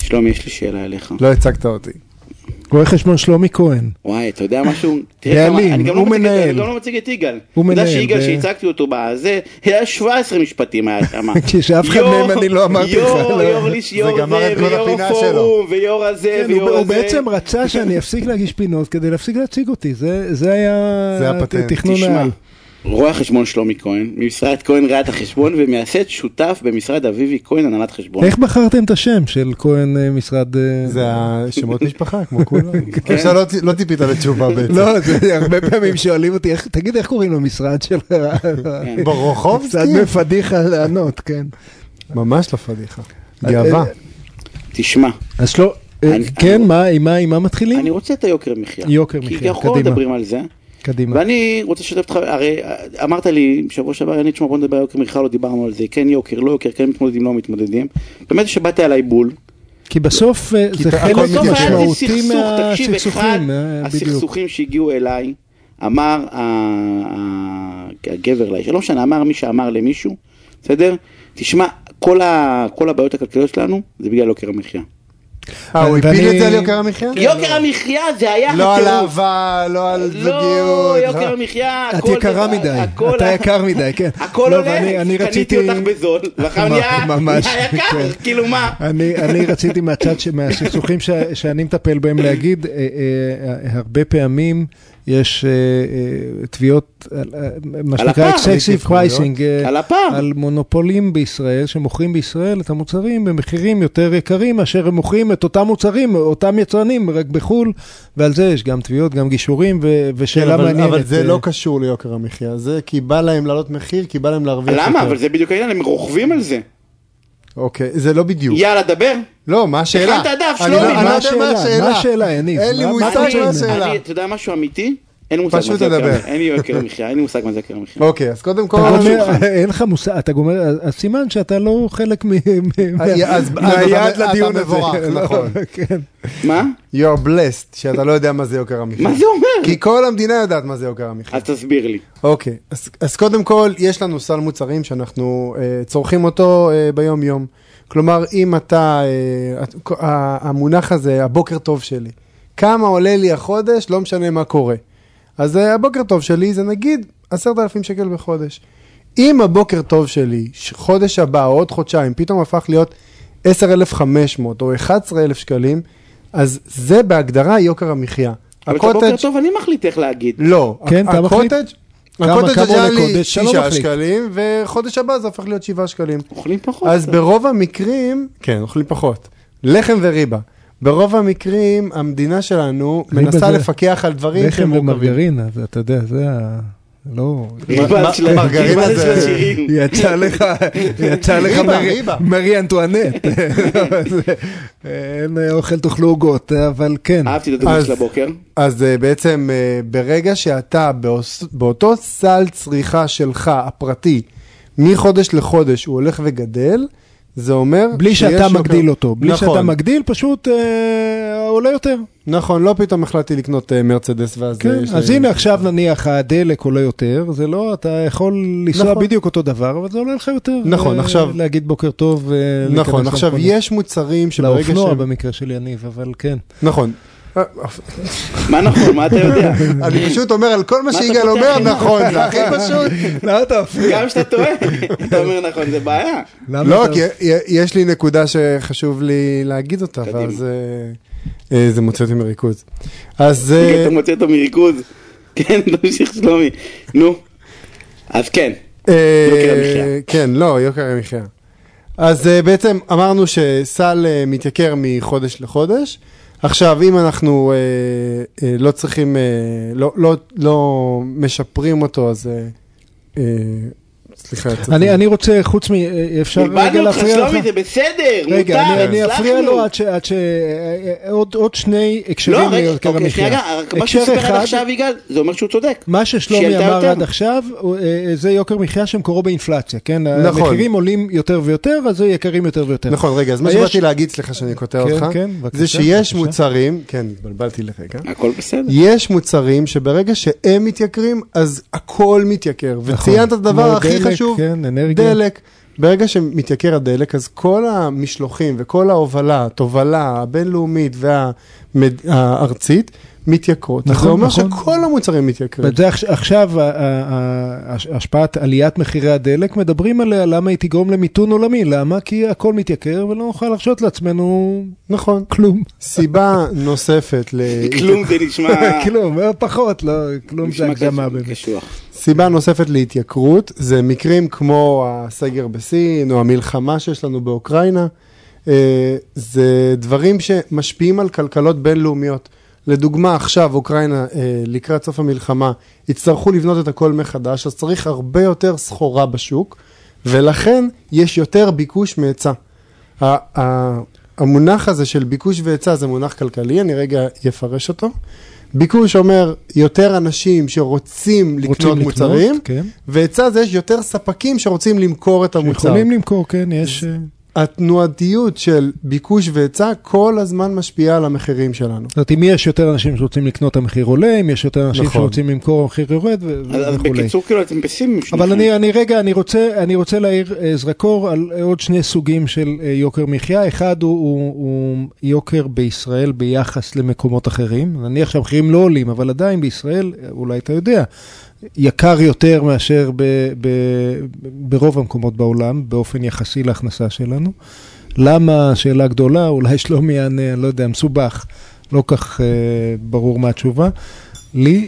שלומי, יש לי שאלה אליך. לא הצגת אותי. רואה חשבון שלומי כהן. וואי, אתה יודע משהו? בעלים, הוא מנהל. אני גם לא מציג את יגאל. הוא מנהל. אתה יודע שיגאל שהצגתי אותו בזה, היה 17 משפטים היה שם. כשאף אחד מהם אני לא אמרתי לך. יור ליש, יור זה, ויור הפורום, ויור הזה, ויור הזה. הוא בעצם רצה שאני אפסיק להגיש פינות כדי להפסיק להציג אותי. זה היה תכנון העל. רואה חשבון שלומי כהן, ממשרד כהן ראיית החשבון, ומייסד שותף במשרד אביבי כהן הנהלת חשבון. איך בחרתם את השם של כהן משרד... זה השמות משפחה, כמו כולם. לא טיפית לתשובה בעצם. לא, הרבה פעמים שואלים אותי, תגיד איך קוראים למשרד של... ברוחובסקי? קצת בפדיחה לענות, כן. ממש לא פדיחה. גאווה. תשמע. אז לא, כן, עם מה מתחילים? אני רוצה את היוקר המחיה. יוקר מחיה, כי אנחנו מדברים על זה. קדימה. ואני רוצה לשתף אותך, הרי אמרת לי בשבוע שעבר, אני תשמע בוא נדבר על יוקר מחיה, לא דיברנו על זה, כן יוקר, לא יוקר, כן מתמודדים, לא מתמודדים. באמת שבאת עליי בול. כי בסוף זה חלק משמעותי מהסכסוכים. הסכסוכים שהגיעו אליי, אמר הגבר לאיש, לא משנה, אמר מי שאמר למישהו, בסדר? תשמע, כל הבעיות הכלכליות שלנו זה בגלל יוקר המחיה. הוא הפיל את זה על יוקר המחיה? יוקר המחיה זה היה לא על אהבה, לא על זוגיות. לא, יוקר המחיה. את יקרה מדי, אתה יקר מדי, כן. הכל עולה, קניתי אותך בזול, ואחר נהיה יקר, כאילו מה? אני רציתי מהסכסוכים שאני מטפל בהם להגיד, הרבה פעמים יש תביעות, מה שנקרא excessive pricing, על מונופולים בישראל, שמוכרים בישראל את המוצרים במחירים יותר יקרים, מאשר הם מוכרים את אותם מוצרים, אותם יצרנים, רק בחול, ועל זה יש גם תביעות, גם גישורים, ושאלה מעניינת. אבל זה לא קשור ליוקר המחיה, זה כי בא להם לעלות מחיר, כי בא להם להרוויח יותר. למה? אבל זה בדיוק העניין, הם רוכבים על זה. אוקיי, זה לא בדיוק. יאללה, דבר. לא, מה השאלה? הכנת הדף, שלומי. מה השאלה, יניב? אין לי מושג מה השאלה. אתה יודע משהו אמיתי? אין לי מושג מה זה יוקר המחיה, אין לי מושג מה זה יוקר המחיה. אוקיי, אז קודם כל... אין לך מושג, אתה גומר, הסימן שאתה לא חלק מהיעד לדיון הזה. נכון. מה? You're blessed, שאתה לא יודע מה זה יוקר המחיה. מה זה אומר? כי כל המדינה יודעת מה זה יוקר המחיה. אז תסביר לי. אוקיי, אז קודם כל, יש לנו סל מוצרים שאנחנו צורכים אותו ביום יום. כלומר, אם אתה, המונח הזה, הבוקר טוב שלי, כמה עולה לי החודש, לא משנה מה קורה. אז הבוקר טוב שלי זה נגיד 10,000 שקל בחודש. אם הבוקר טוב שלי, חודש הבא או עוד חודשיים, פתאום הפך להיות 10,500 או 11,000 שקלים, אז זה בהגדרה יוקר המחיה. אבל את הבוקר טוב אני מחליט איך להגיד. לא, הקוטג' היה לי 6 6 שקלים, וחודש הבא זה הופך להיות 7 שקלים. אוכלים פחות. אז ברוב המקרים, כן, אוכלים פחות. לחם וריבה. ברוב המקרים, המדינה שלנו מנסה לפקח על דברים שהם מורכבים. לחם ומרגרינה, אתה יודע, זה לא... מרגרינה זה... יצא לך מרי אנטואנט. אין אוכל תאכלו עוגות, אבל כן. אהבתי את הדוגמה של הבוקר. אז בעצם, ברגע שאתה באותו סל צריכה שלך, הפרטי, מחודש לחודש, הוא הולך וגדל, זה אומר... בלי שאתה מגדיל אותו. בלי שאתה מגדיל, פשוט עולה יותר. נכון, לא פתאום החלטתי לקנות מרצדס ואז... כן, אז הנה עכשיו נניח הדלק עולה יותר, זה לא, אתה יכול לנסוע בדיוק אותו דבר, אבל זה עולה לך יותר. נכון, עכשיו... להגיד בוקר טוב. נכון, עכשיו יש מוצרים שברגע שהם... לאופנוע במקרה של יניב, אבל כן. נכון. מה נכון? מה אתה יודע? אני פשוט אומר על כל מה שיגאל אומר נכון, זה הכי פשוט. לא, אתה מפריע. גם שאתה טועה, אתה אומר נכון, זה בעיה. לא, כי יש לי נקודה שחשוב לי להגיד אותה, ואז זה מוצא אותי מריכוז. אז... אתה מוצא אותו מריכוז. כן, תמשיך שלומי. נו. אז כן. יוקר המחיה. כן, לא, יוקר המחיה. אז בעצם אמרנו שסל מתייקר מחודש לחודש, עכשיו, אם אנחנו לא צריכים, לא משפרים אותו, אז סליחה. אני רוצה, חוץ אפשר רגע להפריע לך? שלומי, זה בסדר, רגע, אני אפריע לו עד עוד שני הקשרים ליוקר המחיה. מה שסיפר עד עכשיו, יגאל, זה אומר שהוא צודק. מה ששלומי אמר עד עכשיו, זה יוקר מחיה שהם קוראו באינפלציה, כן? המחירים עולים יותר ויותר, אז זה יקרים יותר ויותר. נכון, רגע, אז מה שבאתי להגיד, סליחה שאני קוטע אותך, זה שיש מוצרים, כן, התבלבלתי לרגע. הכל בסדר. יש מוצרים שברגע שהם מתייקרים, אז הכל מתייקר. וציינת את הדבר הכי חשוב, דלק. ברגע שמתייקר הדלק, אז כל המשלוחים וכל ההובלה, התובלה הבינלאומית והארצית, מתייקרות. נכון, זה אומר שכל המוצרים מתייקרים. עכשיו, השפעת עליית מחירי הדלק, מדברים עליה למה היא תגרום למיתון עולמי. למה? כי הכל מתייקר ולא נוכל לחשות לעצמנו נכון. כלום. סיבה נוספת כלום זה נשמע... כלום, פחות, לא, כלום זה הקדמה באמת. סיבה נוספת להתייקרות, זה מקרים כמו הסגר בסין, או המלחמה שיש לנו באוקראינה, זה דברים שמשפיעים על כלכלות בינלאומיות. לדוגמה, עכשיו אוקראינה לקראת סוף המלחמה יצטרכו לבנות את הכל מחדש, אז צריך הרבה יותר סחורה בשוק, ולכן יש יותר ביקוש מהיצע. המונח הזה של ביקוש והיצע זה מונח כלכלי, אני רגע יפרש אותו. ביקוש אומר יותר אנשים שרוצים לקנות מוצרים, כן. והיצע זה יש יותר ספקים שרוצים למכור את המוצר. שיכולים למכור, כן, יש... התנועתיות של ביקוש והיצע כל הזמן משפיעה על המחירים שלנו. זאת אומרת, אם יש יותר אנשים שרוצים לקנות, המחיר עולה, אם יש יותר אנשים שרוצים למכור, המחיר יורד אז בקיצור, כאילו, אתם פסימיים. אבל אני רוצה להעיר זרקור על עוד שני סוגים של יוקר מחיה. אחד הוא יוקר בישראל ביחס למקומות אחרים. נניח שהמחירים לא עולים, אבל עדיין בישראל, אולי אתה יודע, יקר יותר מאשר ברוב המקומות בעולם, באופן יחסי להכנסה שלנו. למה? שאלה גדולה, אולי שלומי יענה, אני לא יודע, מסובך, לא כך ברור מה התשובה. לי,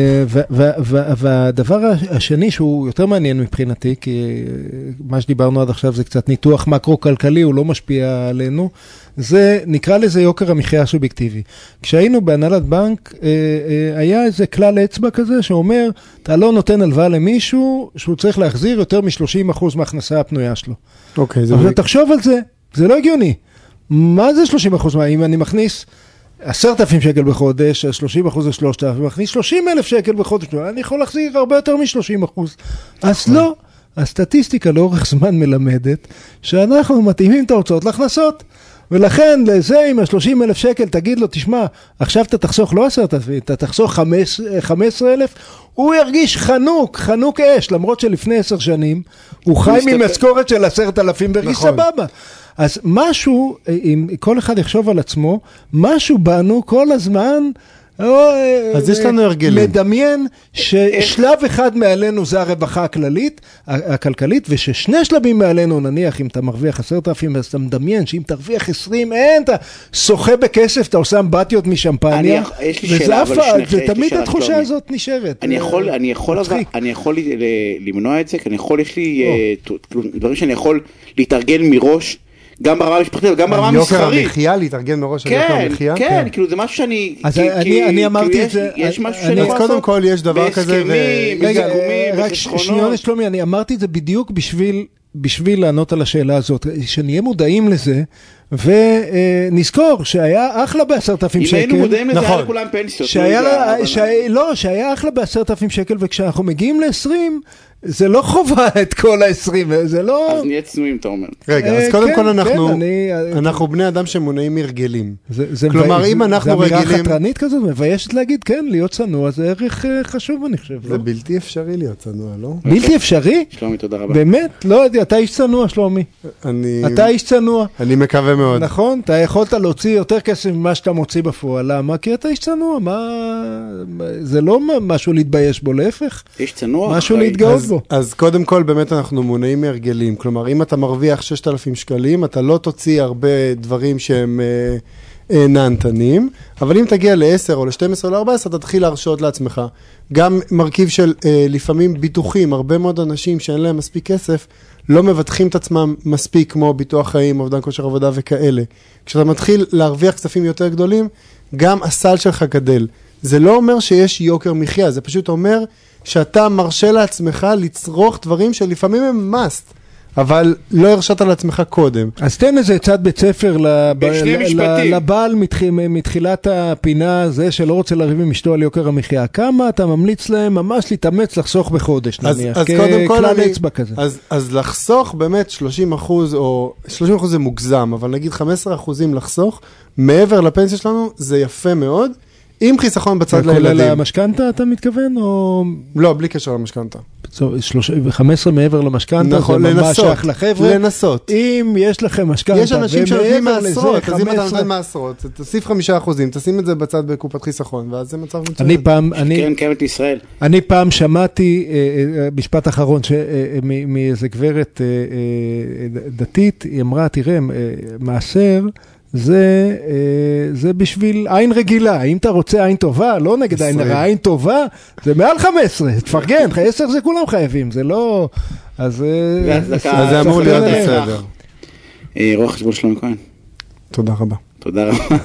והדבר השני שהוא יותר מעניין מבחינתי, כי מה שדיברנו עד עכשיו זה קצת ניתוח מקרו-כלכלי, הוא לא משפיע עלינו, זה, נקרא לזה יוקר המחיה הסובייקטיבי. כשהיינו בהנהלת בנק, היה איזה כלל אצבע כזה שאומר, אתה לא נותן הלוואה למישהו שהוא צריך להחזיר יותר מ-30% מההכנסה הפנויה שלו. אוקיי, זה... אבל תחשוב על זה, זה לא הגיוני. מה זה 30%? אם אני מכניס 10,000 שקל בחודש, 30% זה 3,000, מכניס 30,000 שקל בחודש, אני יכול להחזיר הרבה יותר מ-30%. אז לא, הסטטיסטיקה לאורך זמן מלמדת שאנחנו מתאימים את ההוצאות להכנסות. ולכן לזה עם ה-30,000 שקל תגיד לו, תשמע, עכשיו אתה תחסוך לא 10,000, אתה תחסוך 15,000, הוא ירגיש חנוק אש, למרות שלפני 10 שנים, הוא חי ממשכורת של 10,000 ברגיש סבבה. אז משהו, אם כל אחד יחשוב על עצמו, משהו בנו כל הזמן, אז יש לנו הרגלים. מדמיין ששלב אחד מעלינו זה הרווחה הכלכלית, וששני שלבים מעלינו, נניח אם אתה מרוויח 10,000, אז אתה מדמיין שאם תרוויח 20, אתה שוחה בכסף, אתה עושה אמבטיות משמפניה, יש לי שאלה, אבל שניכם, ותמיד התחושה הזאת נשארת. אני יכול למנוע את זה, כי יש לי דברים שאני יכול להתארגן מראש, גם ברמה המשפחתית, וגם ברמה המסחרית. יוקר המחיה, להתארגן מראש על יוקר המחיה? כן, כאילו זה משהו שאני... אז אני אמרתי את זה... יש משהו שאני יכול לעשות. אז קודם כל יש דבר כזה... בהסכמים, רק שנייה שלומי, אני אמרתי את זה בדיוק בשביל לענות על השאלה הזאת, שנהיה מודעים לזה, ונזכור שהיה אחלה ב10,000 שקל. אם היינו מודעים לזה, היה לכולם פנסיות. שהיה אחלה ב10,000 שקל, וכשאנחנו מגיעים ל-20, זה לא חובה את כל ה-20, זה לא... אז נהיה צנועים, אתה אומר. רגע, אז קודם כל אנחנו בני אדם שמונעים הרגלים. כלומר, אם אנחנו רגילים... זה אמירה חתרנית כזאת, מביישת להגיד, כן, להיות צנוע, זה ערך חשוב, אני חושב. זה בלתי אפשרי להיות צנוע, לא? בלתי אפשרי? שלומי, תודה רבה. באמת? לא יודע, אתה איש צנוע, שלומי. אתה איש צנוע. אני מקווה מאוד. נכון, אתה יכולת להוציא יותר כסף ממה שאתה מוציא בפועל. למה? כי אתה איש צנוע. זה לא משהו להתבייש בו, להפך. איש צנוע. משהו להתגאות בו. אז קודם כל באמת אנחנו מונעים מהרגלים, כלומר אם אתה מרוויח 6,000 שקלים, אתה לא תוציא הרבה דברים שהם נענתנים, אבל אם תגיע ל-10 או ל-12 או ל-14, אתה תתחיל להרשות לעצמך. גם מרכיב של לפעמים ביטוחים, הרבה מאוד אנשים שאין להם מספיק כסף, לא מבטחים את עצמם מספיק כמו ביטוח חיים, אובדן כושר עבודה וכאלה. כשאתה מתחיל להרוויח כספים יותר גדולים, גם הסל שלך גדל. זה לא אומר שיש יוקר מחיה, זה פשוט אומר שאתה מרשה לעצמך לצרוך דברים שלפעמים הם must, אבל לא הרשת לעצמך קודם. אז תן איזה צד בית ספר לבעל מתחילת הפינה זה שלא רוצה לריב עם אשתו על יוקר המחיה. כמה אתה ממליץ להם ממש להתאמץ לחסוך בחודש, נניח, ככלל אצבע כזה. אז לחסוך באמת 30% או 30% זה מוגזם, אבל נגיד 15% לחסוך, מעבר לפנסיה שלנו זה יפה מאוד. עם חיסכון בצד לילדים. כולל המשכנתה אתה מתכוון, או... לא, בלי קשר למשכנתה. 15 מעבר למשכנתה, נכון, זה ממש שייך לחבר'ה. לנסות. אם יש לכם משכנתה, יש אנשים שנותנים מעשרות, אז אם אתה נותן מעשרות, תוסיף 5%, תשים את זה בצד בקופת חיסכון, ואז זה מצב מצוין. קרן קיימת לישראל. אני פעם שמעתי, משפט אחרון, מאיזה גברת דתית, היא אמרה, תראה, מעשר, זה בשביל עין רגילה, אם אתה רוצה עין טובה, לא נגד עין רעה, עין טובה, זה מעל 15, תפרגן, 10 זה כולם חייבים, זה לא, אז זה אמור להיות בסדר. רואה חשבון שלומי כהן. תודה רבה. תודה רבה.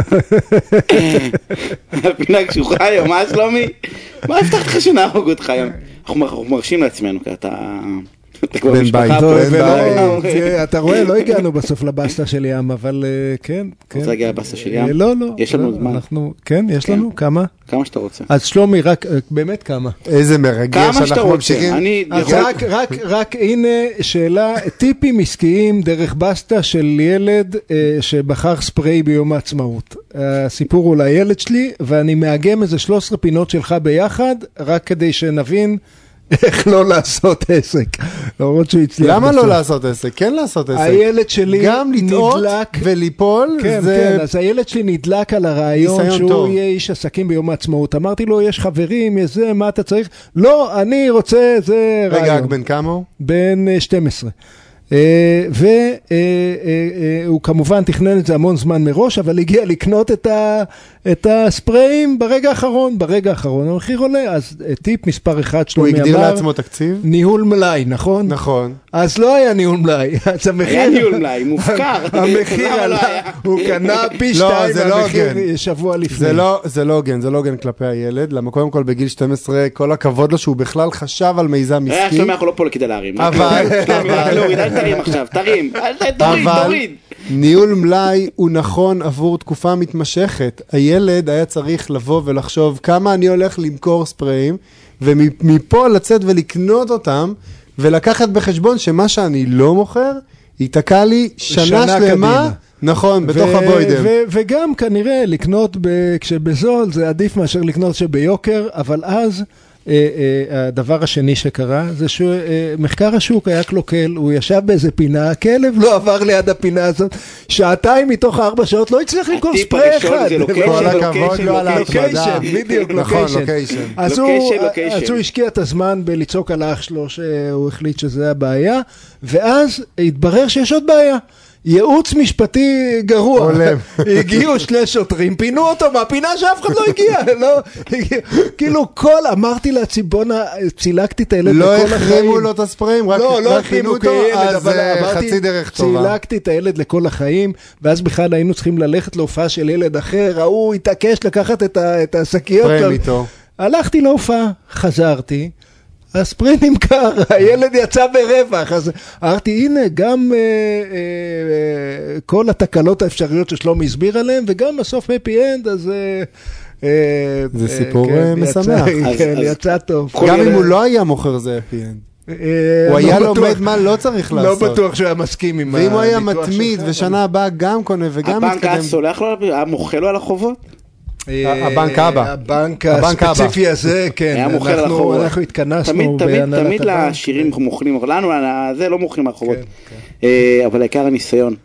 הפינה קשוחה היום, מה שלומי? מה הבטחת לך שנהרוג אותך היום? אנחנו מרשים לעצמנו, כי אתה כבר משפחה פה. אתה רואה, לא הגענו בסוף לבסטה של ים, אבל כן. רוצה להגיע לבסטה של ים? לא. יש לנו זמן. כן, יש לנו, כמה? כמה שאתה רוצה. אז שלומי, באמת כמה? איזה מרגש שאנחנו ממשיכים. רק הנה שאלה, טיפים עסקיים דרך בסטה של ילד שבחר ספרי ביום העצמאות. הסיפור הוא לילד שלי, ואני מאגם איזה 13 פינות שלך ביחד, רק כדי שנבין איך לא לעשות עסק. למרות שהוא הצליח. למה לא לעשות עסק? כן לעשות עסק. הילד שלי גם לטעות וליפול. כן, אז הילד שלי נדלק על הרעיון שהוא יהיה איש עסקים ביום העצמאות. אמרתי לו, יש חברים, יש זה, מה אתה צריך? לא, אני רוצה, זה רעיון. רגע, בן כמה הוא? בן 12. והוא כמובן תכנן את זה המון זמן מראש, אבל הגיע לקנות את הספריים ברגע האחרון, המחיר עולה, אז טיפ מספר 1 שלומי אמר, הוא הגדיר לעצמו תקציב? ניהול מלאי, נכון? נכון. אז לא היה ניהול מלאי, אז המחיר... היה ניהול מלאי, מופקר. המחיר עלה, הוא קנה פי 2 והמחיר שבוע לפני. זה לא הוגן כלפי הילד, למה קודם כל בגיל 12, כל הכבוד לו שהוא בכלל חשב על מיזם עסקי. שלומי, אנחנו לא פה לכדי להרים. תרים עכשיו, תוריד. ניהול מלאי הוא נכון עבור תקופה מתמשכת. הילד היה צריך לבוא ולחשוב כמה אני הולך למכור ספריים, ומפה לצאת ולקנות אותם, ולקחת בחשבון שמה שאני לא מוכר, ייתקע לי שנה שלמה. נכון, בתוך הבוידם. וגם כנראה לקנות כשבזול זה עדיף מאשר לקנות שביוקר, אבל אז הדבר השני שקרה זה שמחקר השוק היה קלוקל, הוא ישב באיזה פינה, הכלב לא עבר ליד הפינה הזאת, 2 מתוך 4 שעות לא הצליח למכור ספרי אחד. כל הכבוד לו על ההתמדה. בדיוק, לוקיישן. אז הוא השקיע את הזמן בלצעוק על האח שלו שהוא החליט שזה הבעיה, ואז התברר שיש עוד בעיה. ייעוץ משפטי גרוע. הגיעו 2 שוטרים, פינו אותו מהפינה שאף אחד לא הגיע. כאילו אמרתי לציבונה, צילקתי את הילד לכל החיים. לא החרימו לו את הספרים, לא החרימו אותו, אז חצי דרך טובה. צילקתי את הילד לכל החיים, ואז בכלל היינו צריכים ללכת להופעה של ילד אחר, הוא התעקש לקחת את השקיות. הלכתי להופעה, חזרתי, הספרינט נמכר, הילד יצא ברווח, אז אמרתי, הנה, גם כל התקלות האפשריות ששלומי הסביר עליהם, וגם בסוף הפי אנד, אז... זה סיפור משמח. כן, יצא טוב. גם אם הוא לא היה מוכר זה הפי אנד. הוא היה לומד מה לא צריך לעשות. לא בטוח שהוא היה מסכים עם... ואם הוא היה מתמיד, ושנה הבאה גם קונה וגם מתקדם... הבנק היה סולח לו, היה מוכל לו על החובות? הבנק אבא. הבנק הספציפי הזה, כן. אנחנו התכנסנו. תמיד לשירים מוכנים, לנו זה לא מוכנים מהחובות. אבל העיקר הניסיון.